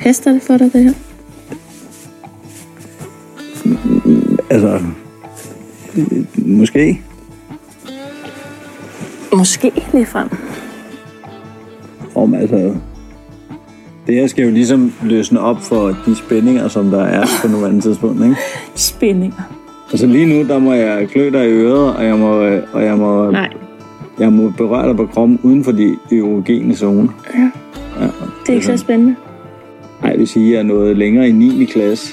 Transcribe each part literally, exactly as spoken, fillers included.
Passer det for dig, det her? Altså, måske. Måske ligefrem. Om altså, det her skal jo ligesom løsne op for de spændinger, som der er på nogle andre tidspunkt, ikke? Spændinger. Altså lige nu, der må jeg klø dig i øret, og jeg må, og jeg må, Nej. jeg må berøre dig på kroppen uden for de erogene zone. Ja. Ja, Det er ikke så spændende. Nej, det vil sige, at jeg er noget længere i niende klasse.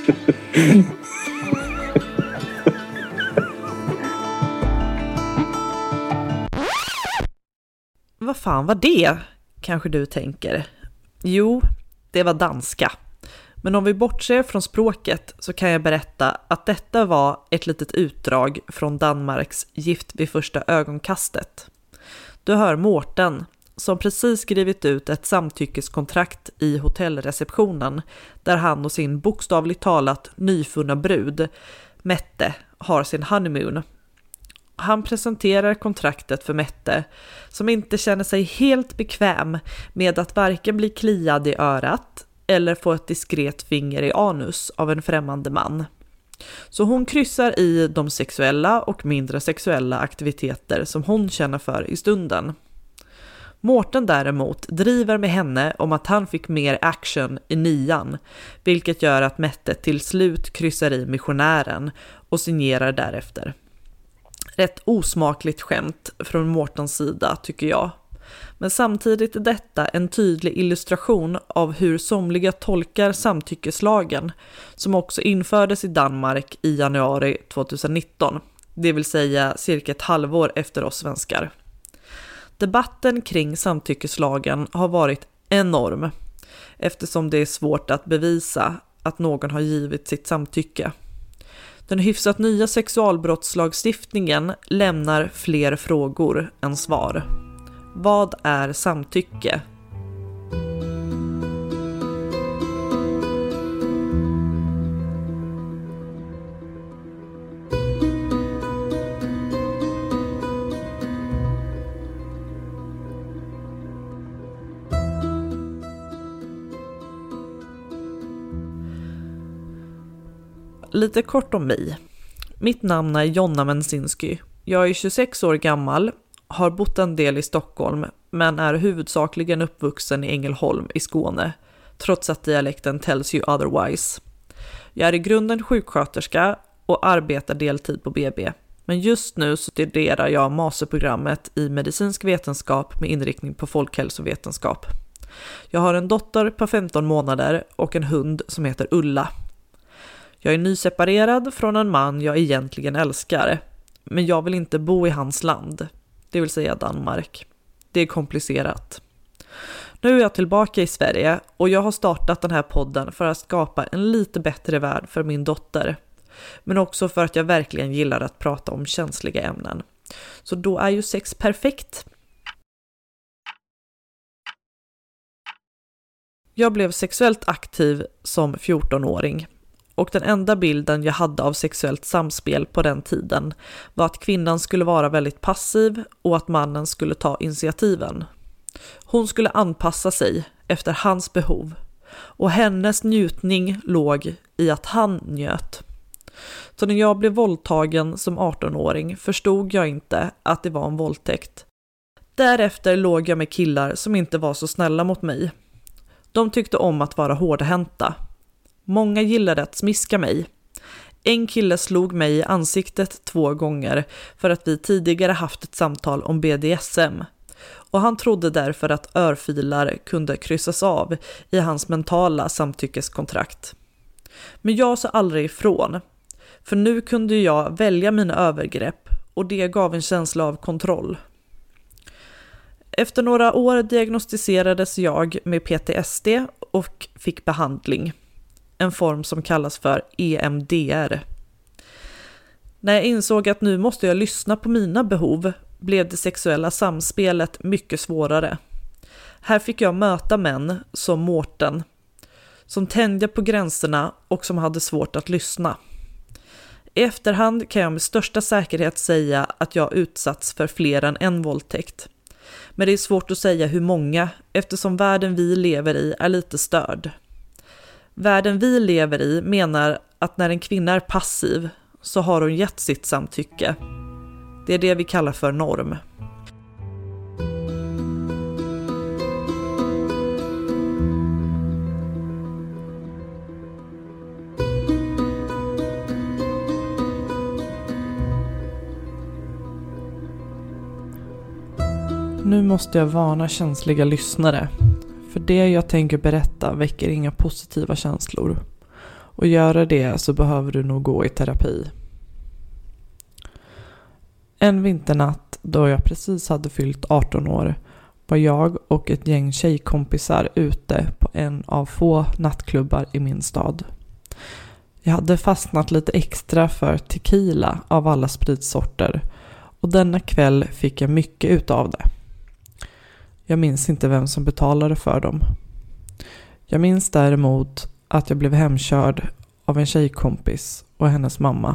Vad fan var det? Kanske du tänker. Jo, det var danska. Men om vi bortser från språket så kan jag berätta att detta var ett litet utdrag från Danmarks Gift vid första ögonkastet. Du hör Mårten som precis skrivit ut ett samtyckeskontrakt i hotellreceptionen där han och sin bokstavligt talat nyfunna brud, Mette, har sin honeymoon. Han presenterar kontraktet för Mette som inte känner sig helt bekväm med att varken bli kliad i örat eller få ett diskret finger i anus av en främmande man. Så hon kryssar i de sexuella och mindre sexuella aktiviteter som hon känner för i stunden. Mårten däremot driver med henne om att han fick mer action i nian, vilket gör att Mette till slut kryssar i missionären och signerar därefter. Rätt osmakligt skämt från Mårtens sida tycker jag. Men samtidigt är detta en tydlig illustration av hur somliga tolkar samtyckeslagen som också infördes i Danmark i januari tjugonitton, det vill säga cirka ett halvår efter oss svenskar. Debatten kring samtyckeslagen har varit enorm eftersom det är svårt att bevisa att någon har givit sitt samtycke. Den hyfsat nya sexualbrottslagstiftningen lämnar fler frågor än svar. Vad är samtycke? Lite kort om mig. Mitt namn är Jonna Mensinski. Jag är tjugosex år gammal, har bott en del i Stockholm men är huvudsakligen uppvuxen i Ängelholm i Skåne, trots att dialekten tells you otherwise. Jag är i grunden sjuksköterska och arbetar deltid på B B. Men just nu studerar jag masterprogrammet i medicinsk vetenskap med inriktning på folkhälsovetenskap. Jag har en dotter på femton månader och en hund som heter Ulla. Jag är nyseparerad från en man jag egentligen älskar, men jag vill inte bo i hans land, det vill säga Danmark. Det är komplicerat. Nu är jag tillbaka i Sverige och jag har startat den här podden för att skapa en lite bättre värld för min dotter. Men också för att jag verkligen gillar att prata om känsliga ämnen. Så då är ju sex perfekt. Jag blev sexuellt aktiv som fjortonåring. Och den enda bilden jag hade av sexuellt samspel på den tiden var att kvinnan skulle vara väldigt passiv och att mannen skulle ta initiativen. Hon skulle anpassa sig efter hans behov och hennes njutning låg i att han njöt. Så när jag blev våldtagen som artonåring förstod jag inte att det var en våldtäkt. Därefter låg jag med killar som inte var så snälla mot mig. De tyckte om att vara hårdhänta. Många gillade att smiska mig. En kille slog mig i ansiktet två gånger för att vi tidigare haft ett samtal om B D S M. Och han trodde därför att örfilar kunde kryssas av i hans mentala samtyckeskontrakt. Men jag sa aldrig ifrån. För nu kunde jag välja mina övergrepp och det gav en känsla av kontroll. Efter några år diagnostiserades jag med P T S D och fick behandling. En form som kallas för E M D R. När jag insåg att nu måste jag lyssna på mina behov blev det sexuella samspelet mycket svårare. Här fick jag möta män som Mårten, som tände på gränserna och som hade svårt att lyssna. I efterhand kan jag med största säkerhet säga att jag utsatts för fler än en våldtäkt. Men det är svårt att säga hur många eftersom världen vi lever i är lite störd. Världen vi lever i menar att när en kvinna är passiv så har hon gett sitt samtycke. Det är det vi kallar för norm. Nu måste jag varna känsliga lyssnare. För det jag tänker berätta väcker inga positiva känslor. Och göra det så behöver du nog gå i terapi. En vinternatt då jag precis hade fyllt arton år var jag och ett gäng tjejkompisar ute på en av få nattklubbar i min stad. Jag hade fastnat lite extra för tequila av alla spritsorter och denna kväll fick jag mycket utav det. Jag minns inte vem som betalade för dem. Jag minns däremot att jag blev hemkörd av en tjejkompis och hennes mamma.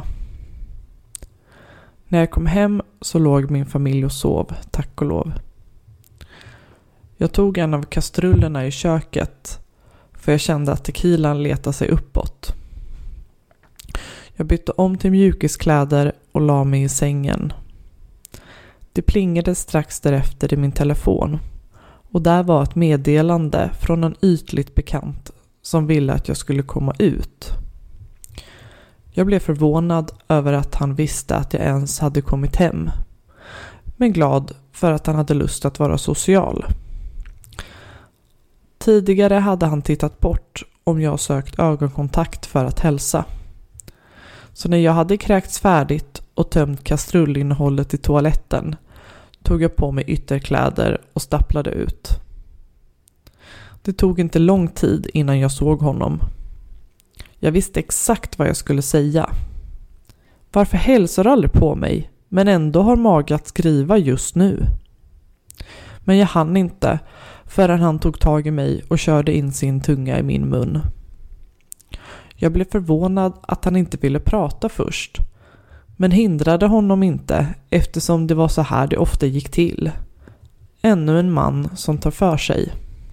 När jag kom hem så låg min familj och sov, tack och lov. Jag tog en av kastrullerna i köket för jag kände att tequilan letade sig uppåt. Jag bytte om till mjukiskläder och la mig i sängen. Det plingade strax därefter i min telefon och där var ett meddelande från en ytligt bekant som ville att jag skulle komma ut. Jag blev förvånad över att han visste att jag ens hade kommit hem, men glad för att han hade lust att vara social. Tidigare hade han tittat bort om jag sökt ögonkontakt för att hälsa. Så när jag hade kräkts färdigt och tömt kastrullinnehållet i toaletten tog jag på mig ytterkläder och stapplade ut. Det tog inte lång tid innan jag såg honom. Jag visste exakt vad jag skulle säga. Varför hälsar du aldrig på mig, men ändå har mage att skriva just nu? Men jag hann inte förrän han tog tag i mig och körde in sin tunga i min mun. Jag blev förvånad att han inte ville prata först, men hindrade honom inte eftersom det var så här det ofta gick till. Ännu en man som tar för sig.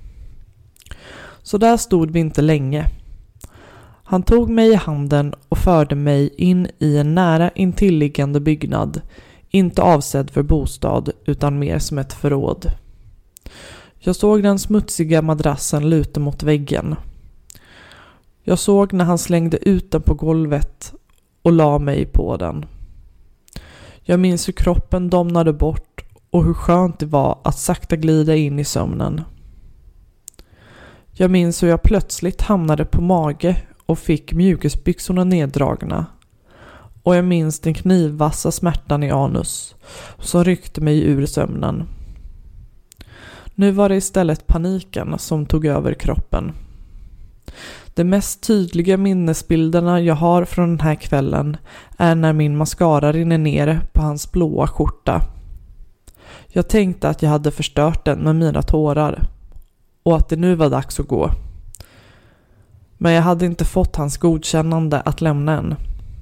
Så där stod vi inte länge. Han tog mig i handen och förde mig in i en nära intilliggande byggnad, inte avsedd för bostad utan mer som ett förråd. Jag såg den smutsiga madrassen luta mot väggen. Jag såg när han slängde ut den på golvet och la mig på den. Jag minns hur kroppen domnade bort och hur skönt det var att sakta glida in i sömnen. Jag minns hur jag plötsligt hamnade på mage och fick mjukisbyxorna neddragna. Och jag minns den knivvassa smärtan i anus som ryckte mig ur sömnen. Nu var det istället paniken som tog över kroppen. De mest tydliga minnesbilderna jag har från den här kvällen är när min mascara rinner ner på hans blåa skjorta. Jag tänkte att jag hade förstört den med mina tårar och att det nu var dags att gå. Men jag hade inte fått hans godkännande att lämna än.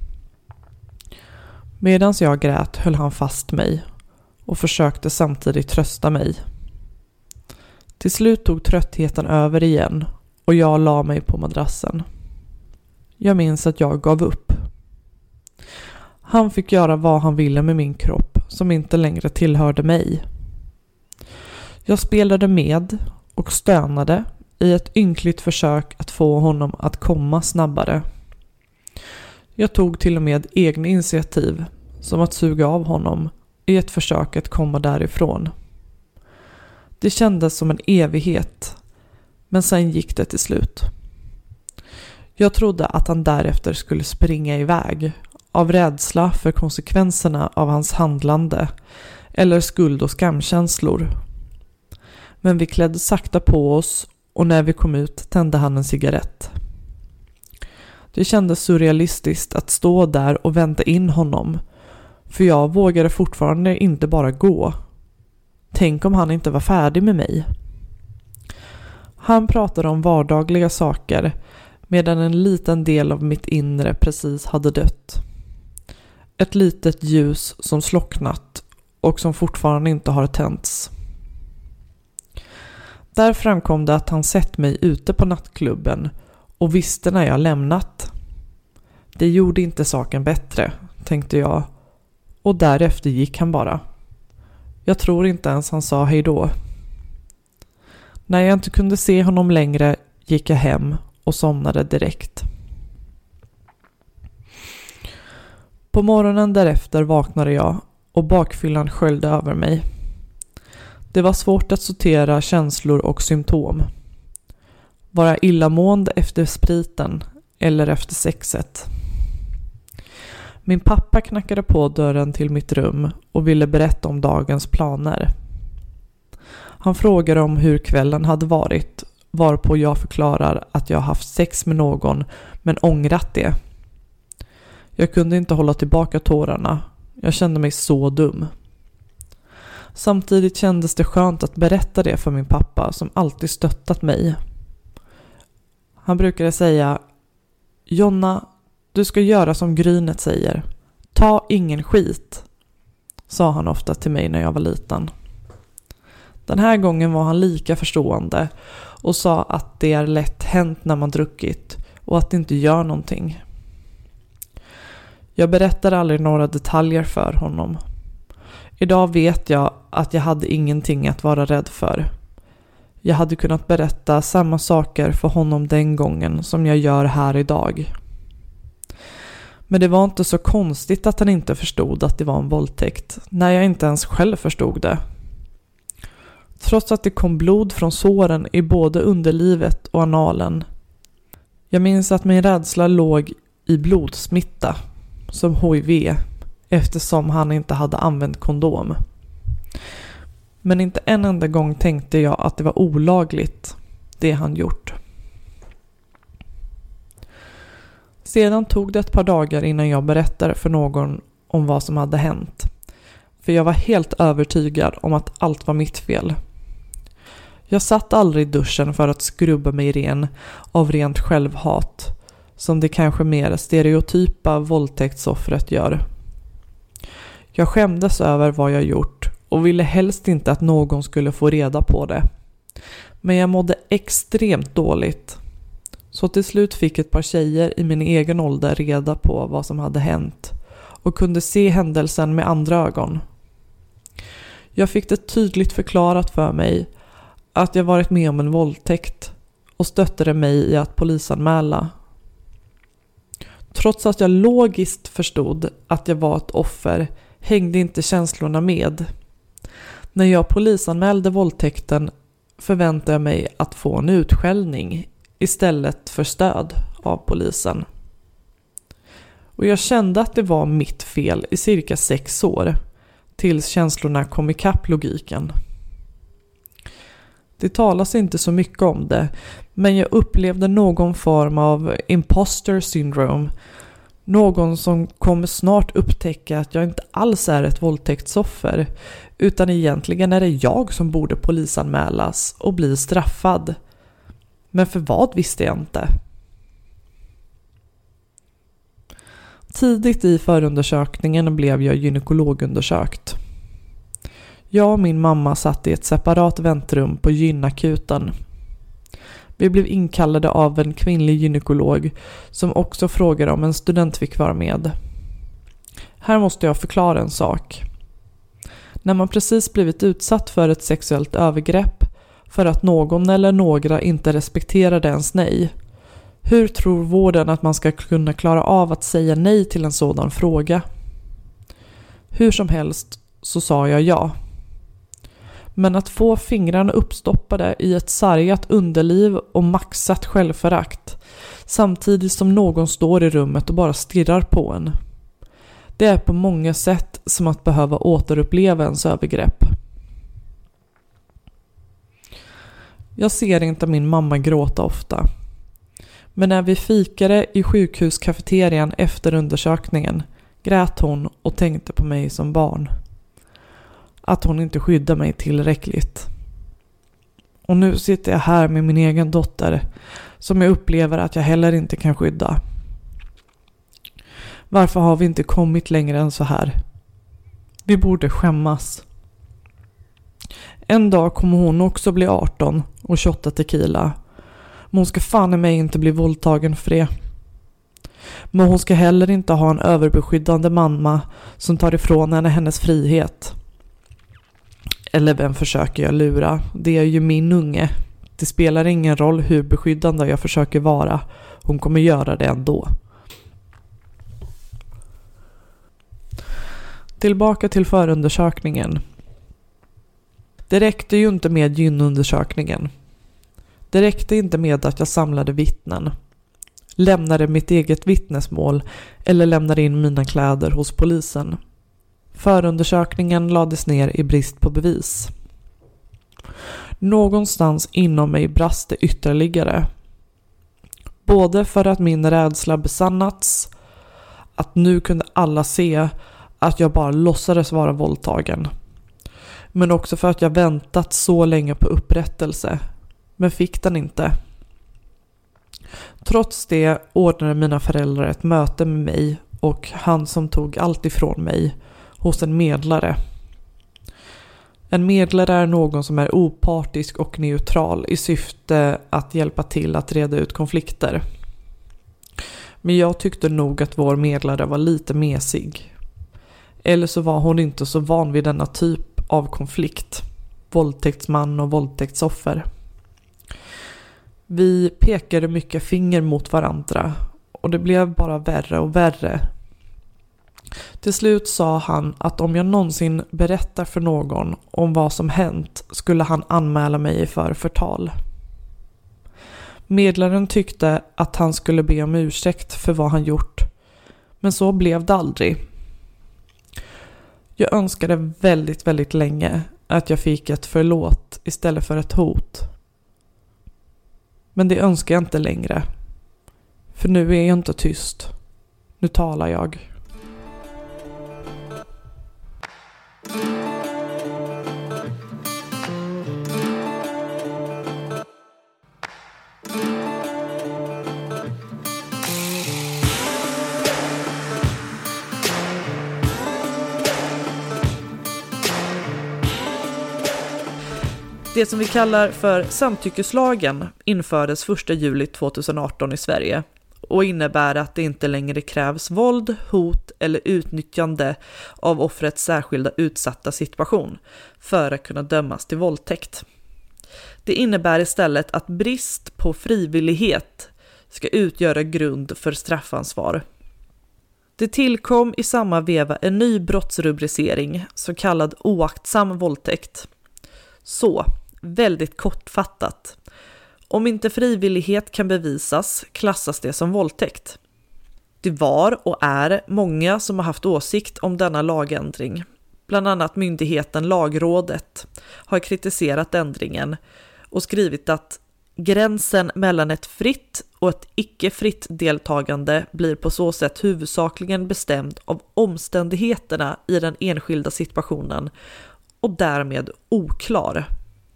Medans jag grät höll han fast mig och försökte samtidigt trösta mig. Till slut tog tröttheten över igen och jag la mig på madrassen. Jag minns att jag gav upp. Han fick göra vad han ville med min kropp som inte längre tillhörde mig. Jag spelade med och stönade i ett ynkligt försök att få honom att komma snabbare. Jag tog till och med egna initiativ som att suga av honom i ett försök att komma därifrån. Det kändes som en evighet, men sen gick det till slut. Jag trodde att han därefter skulle springa iväg av rädsla för konsekvenserna av hans handlande eller skuld- och skamkänslor. Men vi klädde sakta på oss och när vi kom ut tände han en cigarett. Det kändes surrealistiskt att stå där och vänta in honom, för jag vågade fortfarande inte bara gå. Tänk om han inte var färdig med mig. Han pratade om vardagliga saker medan en liten del av mitt inre precis hade dött. Ett litet ljus som slocknat och som fortfarande inte har tänts. Där framkom det att han sett mig ute på nattklubben och visste när jag lämnat. Det gjorde inte saken bättre, tänkte jag, och därefter gick han bara. Jag tror inte ens han sa hej då. När jag inte kunde se honom längre gick jag hem och somnade direkt. På morgonen därefter vaknade jag och bakfyllan sköljde över mig. Det var svårt att sortera känslor och symptom. Var jag illamående efter spriten eller efter sexet? Min pappa knackade på dörren till mitt rum och ville berätta om dagens planer. Han frågade om hur kvällen hade varit, varpå jag förklarar att jag haft sex med någon men ångrat det. Jag kunde inte hålla tillbaka tårarna. Jag kände mig så dum. Samtidigt kändes det skönt att berätta det för min pappa som alltid stöttat mig. Han brukade säga: Jonna, du ska göra som Grynet säger. Ta ingen skit, sa han ofta till mig när jag var liten. Den här gången var han lika förstående och sa att det är lätt hänt när man druckit och att det inte gör någonting. Jag berättade aldrig några detaljer för honom. Idag vet jag att jag hade ingenting att vara rädd för. Jag hade kunnat berätta samma saker för honom den gången som jag gör här idag. Men det var inte så konstigt att han inte förstod att det var en våldtäkt, när jag inte ens själv förstod det. Trots att det kom blod från såren i både underlivet och analen. Jag minns att min rädsla låg i blodsmitta, som H I V, eftersom han inte hade använt kondom. Men inte en enda gång tänkte jag att det var olagligt, det han gjort. Sedan tog det ett par dagar innan jag berättade för någon om vad som hade hänt. För jag var helt övertygad om att allt var mitt fel. Jag satt aldrig i duschen för att skrubba mig ren av rent självhat, som det kanske mer stereotypa våldtäktsoffret gör. Jag skämdes över vad jag gjort och ville helst inte att någon skulle få reda på det. Men jag mådde extremt dåligt. Så till slut fick ett par tjejer i min egen ålder reda på vad som hade hänt och kunde se händelsen med andra ögon. Jag fick det tydligt förklarat för mig att jag varit med om en våldtäkt och stöttade mig i att polisanmäla. Trots att jag logiskt förstod att jag var ett offer hängde inte känslorna med. När jag polisanmälde våldtäkten förväntade jag mig att få en utskällning istället för stöd av polisen. Och jag kände att det var mitt fel i cirka sex år, tills känslorna kom ikapp logiken. Det talas inte så mycket om det, men jag upplevde någon form av imposter syndrome. Någon som kommer snart upptäcka att jag inte alls är ett våldtäktsoffer, utan egentligen är det jag som borde polisanmälas och bli straffad. Men för vad visste jag inte. Tidigt i förundersökningen blev jag gynekologundersökt. Jag och min mamma satt i ett separat väntrum på gynakuten. Vi blev inkallade av en kvinnlig gynekolog som också frågade om en student fick vara med. Här måste jag förklara en sak. När man precis blivit utsatt för ett sexuellt övergrepp för att någon eller några inte respekterade ens nej, hur tror vården att man ska kunna klara av att säga nej till en sådan fråga? Hur som helst så sa jag ja. Men att få fingrarna uppstoppade i ett sargat underliv och maxat självförakt samtidigt som någon står i rummet och bara stirrar på en. Det är på många sätt som att behöva återuppleva ens övergrepp. Jag ser inte min mamma gråta ofta. Men när vi fikade i sjukhuskafeterian efter undersökningen grät hon och tänkte på mig som barn. Att hon inte skyddade mig tillräckligt. Och nu sitter jag här med min egen dotter som jag upplever att jag heller inte kan skydda. Varför har vi inte kommit längre än så här? Vi borde skämmas. En dag kommer hon också bli arton och shotta tequila. Men hon ska fan i mig inte bli våldtagen för det. Men hon ska heller inte ha en överbeskyddande mamma som tar ifrån henne hennes frihet. Eller vem försöker jag lura? Det är ju min unge. Det spelar ingen roll hur beskyddande jag försöker vara. Hon kommer göra det ändå. Tillbaka till förundersökningen. Det räckte ju inte med gynundersökningen. Det räckte inte med att jag samlade vittnen, lämnade mitt eget vittnesmål eller lämnade in mina kläder hos polisen. Förundersökningen lades ner i brist på bevis. Någonstans inom mig brast det ytterligare. Både för att min rädsla besannats, att nu kunde alla se att jag bara låtsades vara våldtagen. Men också för att jag väntat så länge på upprättelse, men fick den inte. Trots det ordnade mina föräldrar ett möte med mig och han som tog allt ifrån mig hos en medlare. En medlare är någon som är opartisk och neutral i syfte att hjälpa till att reda ut konflikter. Men jag tyckte nog att vår medlare var lite mesig. Eller så var hon inte så van vid denna typ av konflikt. Våldtäktsman och våldtäktsoffer. Vi pekade mycket finger mot varandra och det blev bara värre och värre. Till slut sa han att om jag någonsin berättar för någon om vad som hänt skulle han anmäla mig för förtal. Medlaren tyckte att han skulle be om ursäkt för vad han gjort, men så blev det aldrig. Jag önskade väldigt, väldigt länge att jag fick ett förlåt istället för ett hot. Men det önskar jag inte längre. För nu är jag inte tyst. Nu talar jag. Det som vi kallar för samtyckeslagen infördes första juli tjugoarton i Sverige och innebär att det inte längre krävs våld, hot eller utnyttjande av offrets särskilda utsatta situation för att kunna dömas till våldtäkt. Det innebär istället att brist på frivillighet ska utgöra grund för straffansvar. Det tillkom i samma veva en ny brottsrubricering, så kallad oaktsam våldtäkt. Så, väldigt kortfattat. Om inte frivillighet kan bevisas klassas det som våldtäkt. Det var och är många som har haft åsikt om denna lagändring. Bland annat myndigheten Lagrådet har kritiserat ändringen och skrivit att gränsen mellan ett fritt och ett icke-fritt deltagande blir på så sätt huvudsakligen bestämd av omständigheterna i den enskilda situationen och därmed oklar.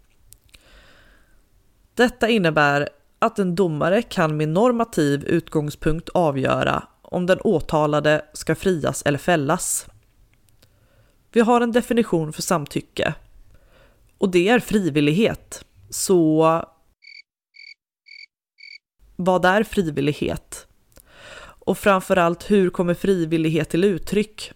Detta innebär att en domare kan med normativ utgångspunkt avgöra om den åtalade ska frias eller fällas. Vi har en definition för samtycke och det är frivillighet. Så vad är frivillighet? Och framförallt, hur kommer frivillighet till uttryck?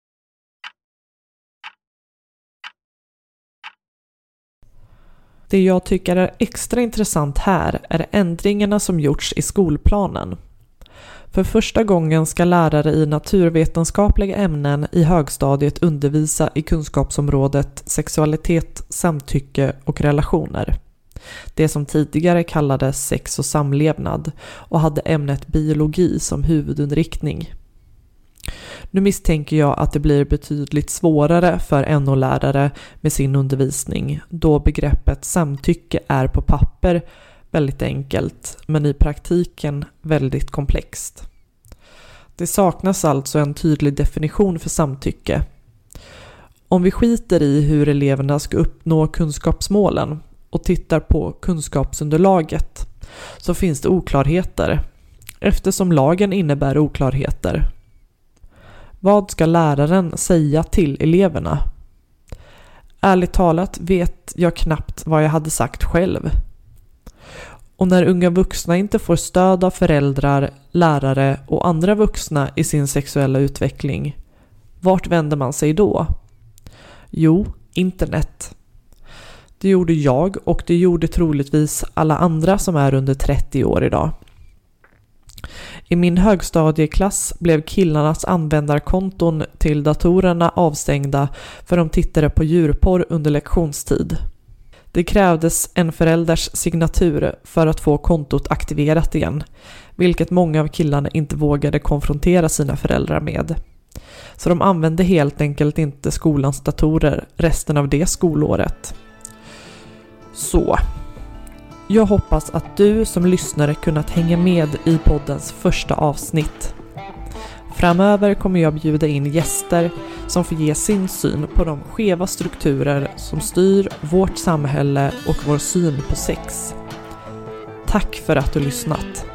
Det jag tycker är extra intressant här är ändringarna som gjorts i skolplanen. För första gången ska lärare i naturvetenskapliga ämnen i högstadiet undervisa i kunskapsområdet sexualitet, samtycke och relationer. Det som tidigare kallades sex och samlevnad och hade ämnet biologi som huvudinriktning. Nu misstänker jag att det blir betydligt svårare för N O-lärare med sin undervisning, då begreppet samtycke är på papper väldigt enkelt men i praktiken väldigt komplext. Det saknas alltså en tydlig definition för samtycke. Om vi skiter i hur eleverna ska uppnå kunskapsmålen och tittar på kunskapsunderlaget så finns det oklarheter, eftersom lagen innebär oklarheter. Vad ska läraren säga till eleverna? Ärligt talat vet jag knappt vad jag hade sagt själv. Och när unga vuxna inte får stöd av föräldrar, lärare och andra vuxna i sin sexuella utveckling, vart vänder man sig då? Jo, internet. Det gjorde jag och det gjorde troligtvis alla andra som är under trettio år idag. I min högstadieklass blev killarnas användarkonton till datorerna avstängda för de tittade på djurporr under lektionstid. Det krävdes en förälders signatur för att få kontot aktiverat igen, vilket många av killarna inte vågade konfrontera sina föräldrar med. Så de använde helt enkelt inte skolans datorer resten av det skolåret. Så, jag hoppas att du som lyssnare kunnat hänga med i poddens första avsnitt. Framöver kommer jag bjuda in gäster som får ge sin syn på de skeva strukturer som styr vårt samhälle och vår syn på sex. Tack för att du lyssnat.